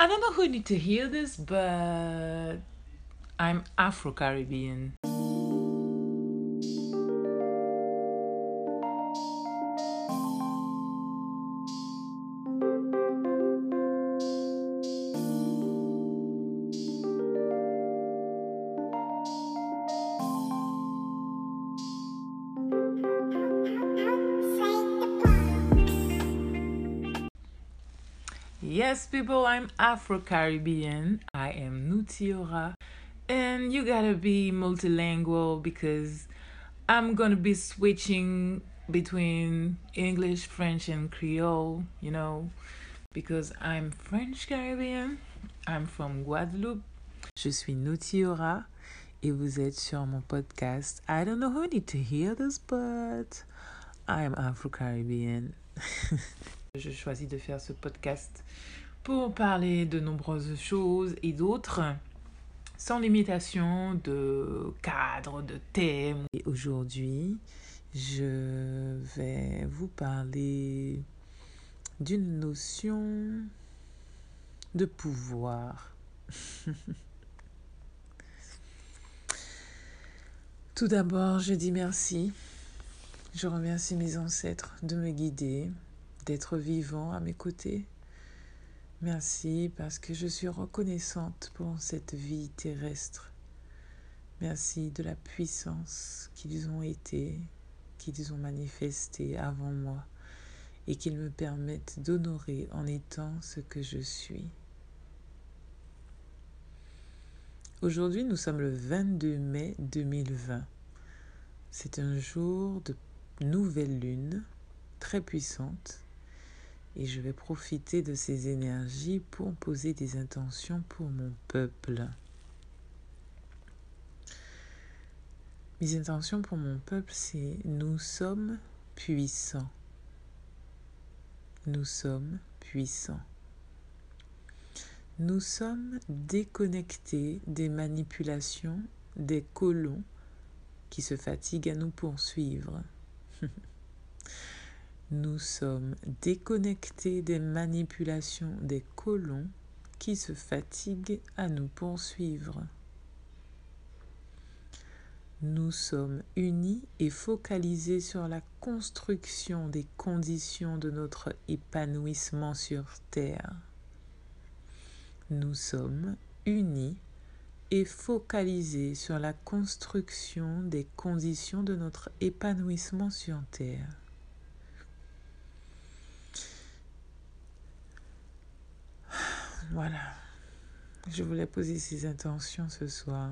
I don't know who need to hear this, but I'm Afro-Caribbean. Yes, people, I'm Afro-Caribbean. I am Nutiora. And you gotta be multilingual because I'm gonna be switching between English, French, and Creole, because I'm French Caribbean. I'm from Guadeloupe. Je suis Nutiora et vous êtes sur mon podcast. I don't know who need to hear this, but I'm Afro-Caribbean. Je choisis de faire ce podcast pour parler de nombreuses choses et d'autres, sans limitation de cadre, de thème. Et aujourd'hui, je vais vous parler d'une notion de pouvoir. Tout d'abord, je dis merci. Je remercie mes ancêtres de me guider, d'être vivants à mes côtés. Merci parce que je suis reconnaissante pour cette vie terrestre. Merci de la puissance qu'ils ont été, qu'ils ont manifestée avant moi et qu'ils me permettent d'honorer en étant ce que je suis. Aujourd'hui, nous sommes le 22 mai 2020. C'est un jour de nouvelle lune très puissante et je vais profiter de ces énergies pour poser des intentions pour mon peuple. Mes intentions pour mon peuple, c'est nous sommes puissants. Nous sommes puissants. Nous sommes déconnectés des manipulations des colons qui se fatiguent à nous poursuivre. Nous sommes déconnectés des manipulations des colons qui se fatiguent à nous poursuivre. Nous sommes unis et focalisés sur la construction des conditions de notre épanouissement sur Terre. Nous sommes unis et focalisés sur la construction des conditions de notre épanouissement sur Terre. Voilà, je voulais poser ces intentions ce soir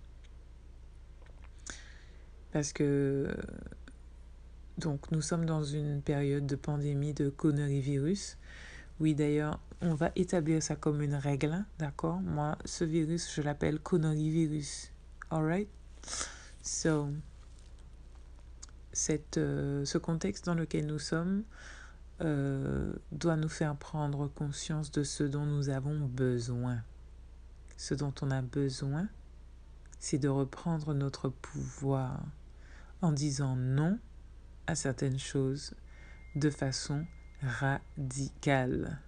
parce que nous sommes dans une période de pandémie de coronavirus. Oui, d'ailleurs, on va établir ça comme une règle, d'accord? Moi, ce virus, je l'appelle coronavirus. Alright? So, ce contexte dans lequel nous sommes doit nous faire prendre conscience de ce dont nous avons besoin. Ce dont on a besoin, c'est de reprendre notre pouvoir en disant non à certaines choses de façon radicale.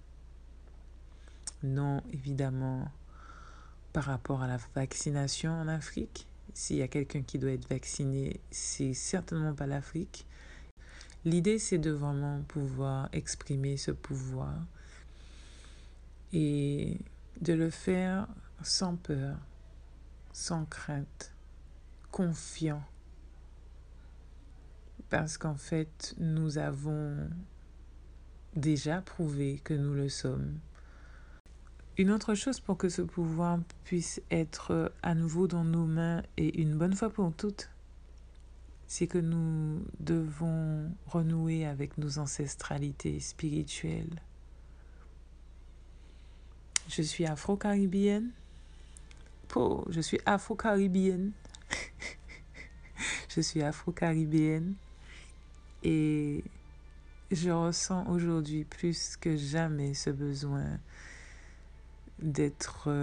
Non, évidemment, par rapport à la vaccination en Afrique. S'il y a quelqu'un qui doit être vacciné, c'est certainement pas l'Afrique. L'idée, c'est de vraiment pouvoir exprimer ce pouvoir et de le faire sans peur, sans crainte, confiant. Parce qu'en fait, nous avons déjà prouvé que nous le sommes. Une autre chose pour que ce pouvoir puisse être à nouveau dans nos mains et une bonne fois pour toutes, c'est que nous devons renouer avec nos ancestralités spirituelles. Je suis afro-caribéenne. Je suis afro-caribéenne. Je suis afro-caribéenne. Et je ressens aujourd'hui plus que jamais ce besoin d'être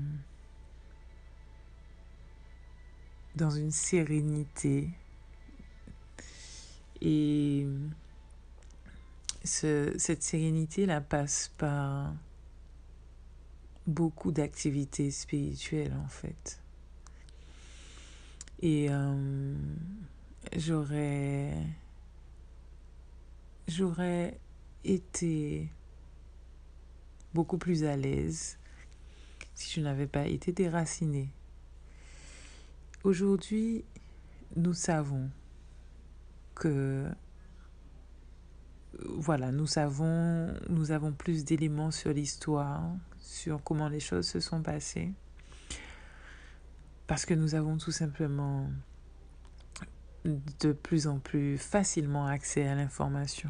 dans une sérénité. Et cette sérénité-là passe par beaucoup d'activités spirituelles en fait. Et j'aurais été beaucoup plus à l'aise si je n'avais pas été déracinée. Aujourd'hui, nous savons que nous avons plus d'éléments sur l'histoire, sur comment les choses se sont passées, parce que nous avons tout simplement de plus en plus facilement accès à l'information.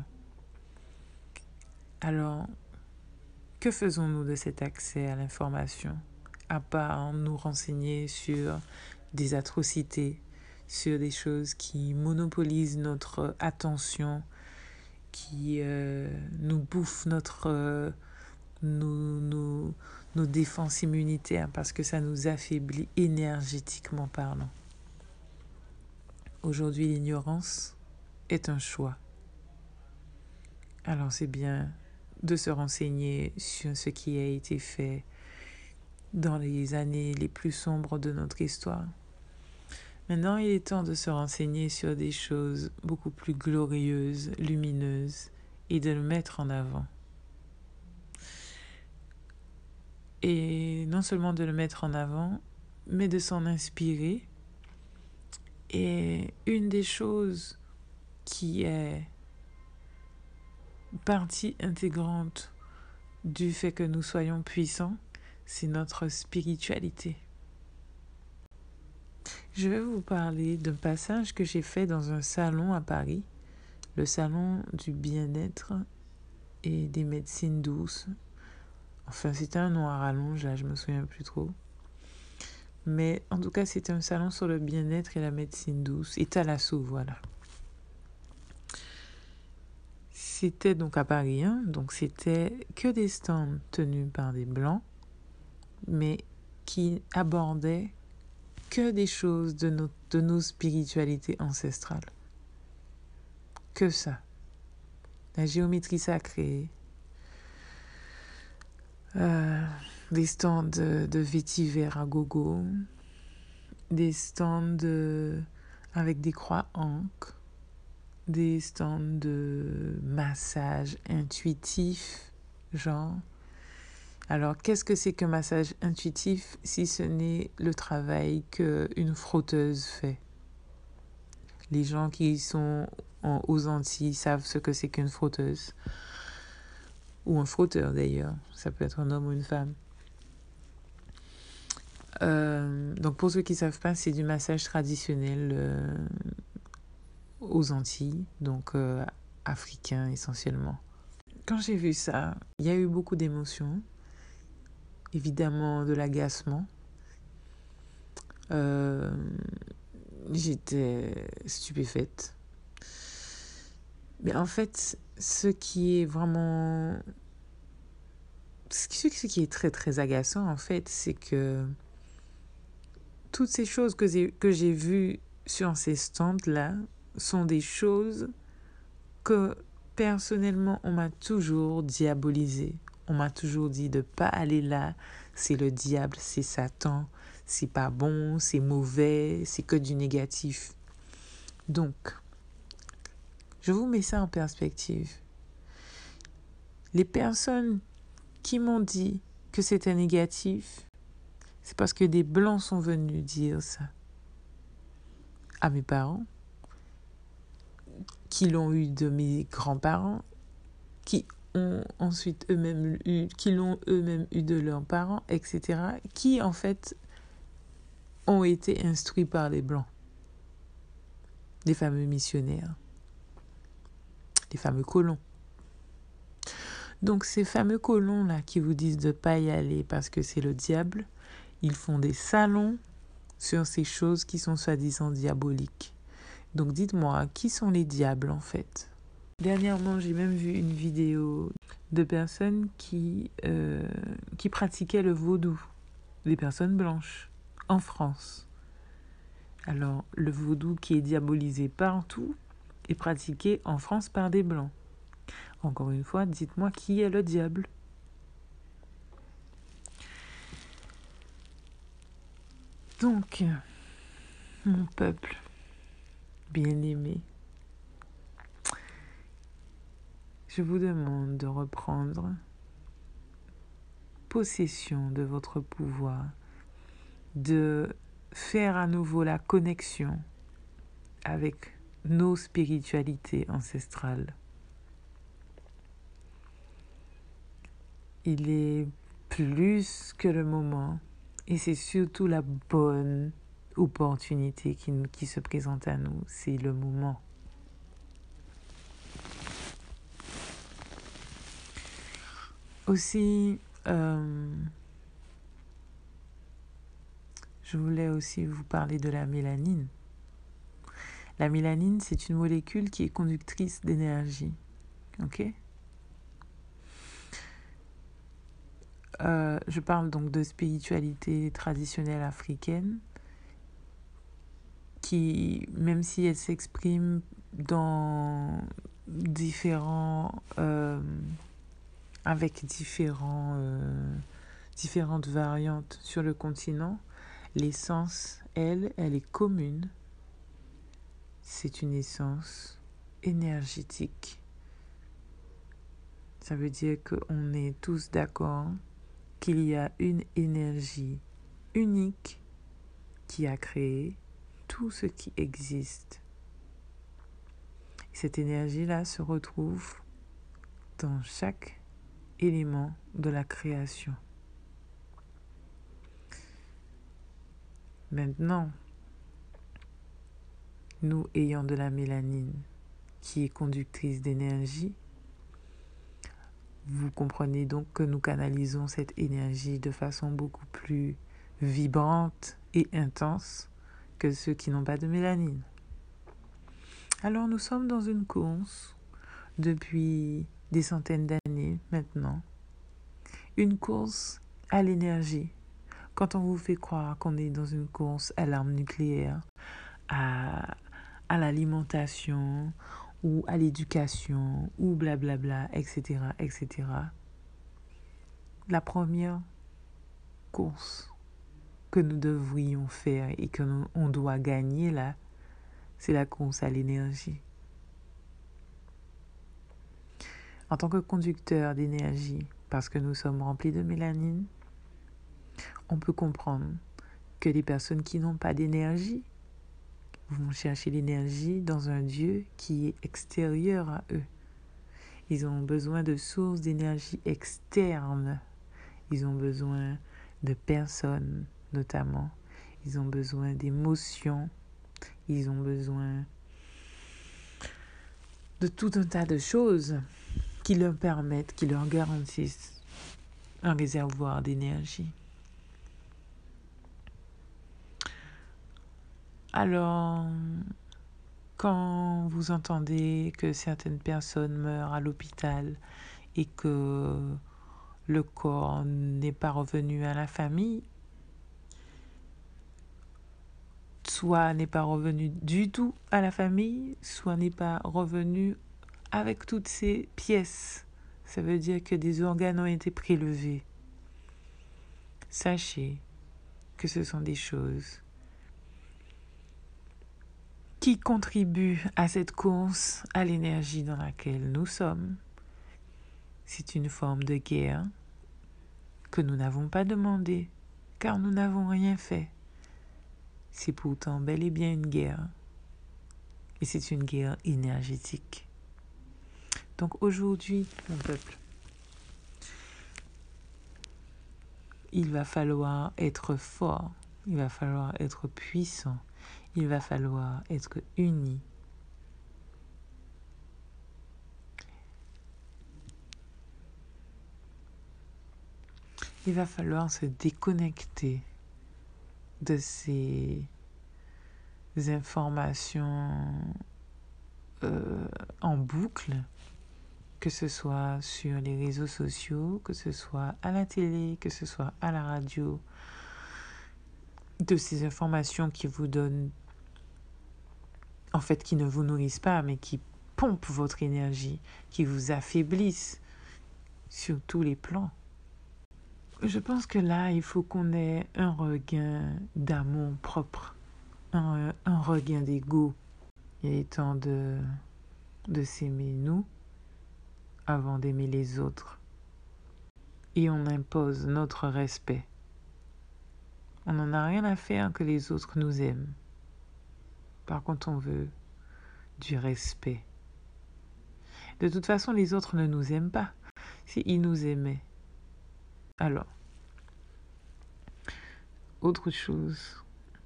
Alors, que faisons-nous de cet accès à l'information, à part nous renseigner sur des atrocités, sur des choses qui monopolisent notre attention, qui nous bouffent nos défenses immunitaires parce que ça nous affaiblit énergétiquement parlant. Aujourd'hui, l'ignorance est un choix. Alors c'est bien de se renseigner sur ce qui a été fait dans les années les plus sombres de notre histoire. Maintenant, il est temps de se renseigner sur des choses beaucoup plus glorieuses, lumineuses, et de le mettre en avant. Et non seulement de le mettre en avant, mais de s'en inspirer. Et une des choses qui est partie intégrante du fait que nous soyons puissants, c'est notre spiritualité. Je vais vous parler d'un passage que j'ai fait dans un salon à Paris, le salon du bien-être et des médecines douces. Enfin, c'était un nom à rallonge, là, je me souviens plus trop. Mais en tout cas, c'était un salon sur le bien-être et la médecine douce. Et Thalasso, voilà. C'était donc à Paris, hein, donc c'était que des stands tenus par des blancs, mais qui abordaient que des choses de nos spiritualités ancestrales. Que ça. La géométrie sacrée, des stands de vétiver à gogo, des stands avec des croix ancres, des stands de massage intuitif, genre. Alors, qu'est-ce que c'est qu'un massage intuitif si ce n'est le travail qu'une frotteuse fait? Les gens qui sont aux Antilles savent ce que c'est qu'une frotteuse. Ou un frotteur d'ailleurs. Ça peut être un homme ou une femme. Donc pour ceux qui ne savent pas, c'est du massage traditionnel aux Antilles, donc africain essentiellement. Quand j'ai vu ça, il y a eu beaucoup d'émotions. Évidemment de l'agacement. J'étais stupéfaite. Mais en fait, ce qui est très très agaçant en fait, c'est que toutes ces choses que j'ai vues sur ces stands-là sont des choses que personnellement on m'a toujours diabolisées. On m'a toujours dit de pas aller là, c'est le diable, c'est Satan, c'est pas bon, c'est mauvais, c'est que du négatif. Donc, je vous mets ça en perspective. Les personnes qui m'ont dit que c'était négatif, c'est parce que des blancs sont venus dire ça à mes parents, qui l'ont eu de mes grands-parents, qui l'ont eux-mêmes eu de leurs parents, etc., qui en fait ont été instruits par les blancs, les fameux missionnaires, les fameux colons. Donc ces fameux colons-là qui vous disent de ne pas y aller parce que c'est le diable, ils font des salons sur ces choses qui sont soi-disant diaboliques. Donc dites-moi, qui sont les diables en fait? Dernièrement, j'ai même vu une vidéo de personnes qui pratiquaient le vaudou, des personnes blanches, en France. Alors, le vaudou qui est diabolisé partout est pratiqué en France par des blancs. Encore une fois, dites-moi qui est le diable. Donc, mon peuple bien-aimé, je vous demande de reprendre possession de votre pouvoir, de faire à nouveau la connexion avec nos spiritualités ancestrales. Il est plus que le moment et c'est surtout la bonne opportunité qui se présente à nous. C'est le moment. Aussi, je voulais aussi vous parler de la mélanine. La mélanine, c'est une molécule qui est conductrice d'énergie. Ok? Je parle donc de spiritualité traditionnelle africaine qui, même si elle s'exprime dans avec différentes variantes sur le continent, l'essence, elle est commune. C'est une essence énergétique. Ça veut dire qu'on est tous d'accord qu'il y a une énergie unique qui a créé tout ce qui existe. Cette énergie-là se retrouve dans chaque élément de la création. Maintenant, nous ayant de la mélanine qui est conductrice d'énergie, vous comprenez donc que nous canalisons cette énergie de façon beaucoup plus vibrante et intense que ceux qui n'ont pas de mélanine. Alors nous sommes dans une course depuis des centaines d'années maintenant. Une course à l'énergie. Quand on vous fait croire qu'on est dans une course à l'arme nucléaire, à l'alimentation, ou à l'éducation, ou blablabla, etc., etc. La première course que nous devrions faire et que on doit gagner là, c'est la course à l'énergie. En tant que conducteur d'énergie, parce que nous sommes remplis de mélanine, on peut comprendre que les personnes qui n'ont pas d'énergie vont chercher l'énergie dans un Dieu qui est extérieur à eux. Ils ont besoin de sources d'énergie externes. Ils ont besoin de personnes, notamment. Ils ont besoin d'émotions. Ils ont besoin de tout un tas de choses qui leur permettent, qui leur garantissent un réservoir d'énergie. Alors, quand vous entendez que certaines personnes meurent à l'hôpital et que le corps n'est pas revenu à la famille, soit n'est pas revenu du tout à la famille, soit n'est pas revenu avec toutes ces pièces. Ça veut dire que des organes ont été prélevés. Sachez que ce sont des choses qui contribuent à cette course à l'énergie dans laquelle nous sommes. C'est une forme de guerre que nous n'avons pas demandée, car nous n'avons rien fait. C'est pourtant bel et bien une guerre. Et c'est une guerre énergétique. Donc aujourd'hui, mon peuple, il va falloir être fort, il va falloir être puissant, il va falloir être unis. Il va falloir se déconnecter de ces informations en boucle, que ce soit sur les réseaux sociaux, que ce soit à la télé, que ce soit à la radio, de ces informations qui vous donnent, en fait, qui ne vous nourrissent pas, mais qui pompent votre énergie, qui vous affaiblissent sur tous les plans. Je pense que là, il faut qu'on ait un regain d'amour propre, un regain d'ego. Il est temps de s'aimer nous avant d'aimer les autres. Et on impose notre respect. On n'en a rien à faire que les autres nous aiment. Par contre, on veut du respect. De toute façon, les autres ne nous aiment pas. S'ils nous aimaient. Alors, autre chose.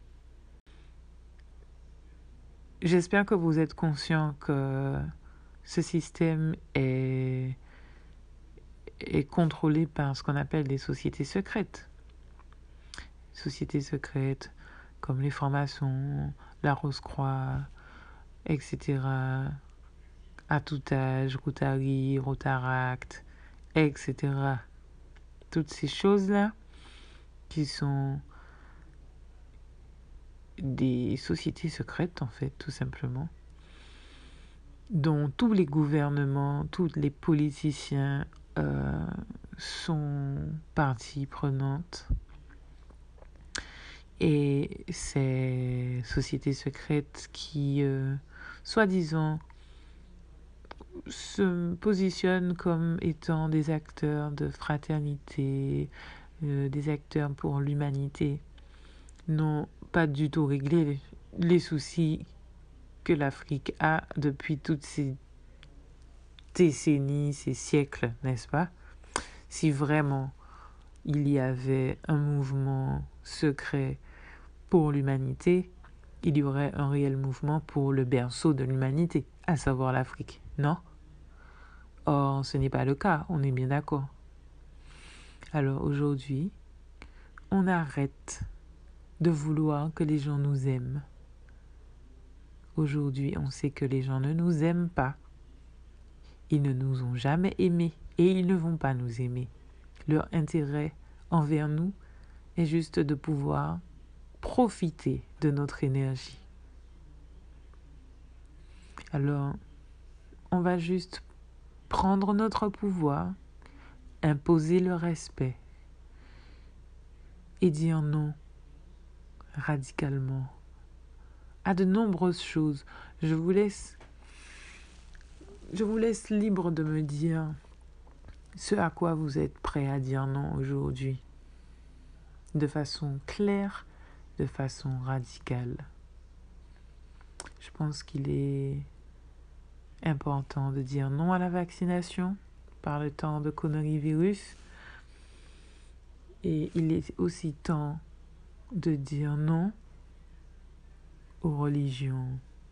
J'espère que vous êtes conscient que ce système est contrôlé par ce qu'on appelle des sociétés secrètes. Sociétés secrètes comme les francs-maçons, la Rose-Croix, etc. À tout âge, Rotary, Rotaract, etc. Toutes ces choses-là qui sont des sociétés secrètes, en fait, tout simplement, dont tous les gouvernements, tous les politiciens sont partie prenante. Et ces sociétés secrètes qui, soi-disant, se positionnent comme étant des acteurs de fraternité, des acteurs pour l'humanité, n'ont pas du tout réglé les soucis que l'Afrique a depuis toutes ces décennies, ces siècles, n'est-ce pas? Si vraiment il y avait un mouvement secret pour l'humanité, il y aurait un réel mouvement pour le berceau de l'humanité, à savoir l'Afrique, non? Or, ce n'est pas le cas, on est bien d'accord. Alors aujourd'hui, on arrête de vouloir que les gens nous aiment. Aujourd'hui, on sait que les gens ne nous aiment pas. Ils ne nous ont jamais aimés et ils ne vont pas nous aimer. Leur intérêt envers nous est juste de pouvoir profiter de notre énergie. Alors, on va juste prendre notre pouvoir, imposer le respect et dire non radicalement à de nombreuses choses. Je vous laisse libre de me dire ce à quoi vous êtes prêt à dire non aujourd'hui, de façon claire, de façon radicale. Je pense qu'il est important de dire non à la vaccination par le temps de coronavirus. Et il est aussi temps de dire non aux religions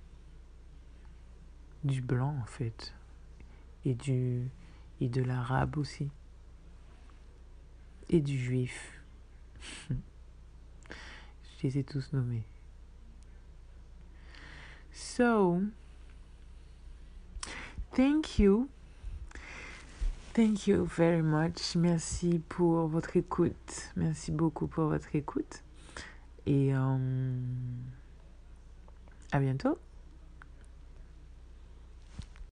du blanc, en fait, et de l'arabe aussi, et du juif. Je les ai tous nommés. So, thank you very much. Merci pour votre écoute. Merci beaucoup pour votre écoute. Et à bientôt.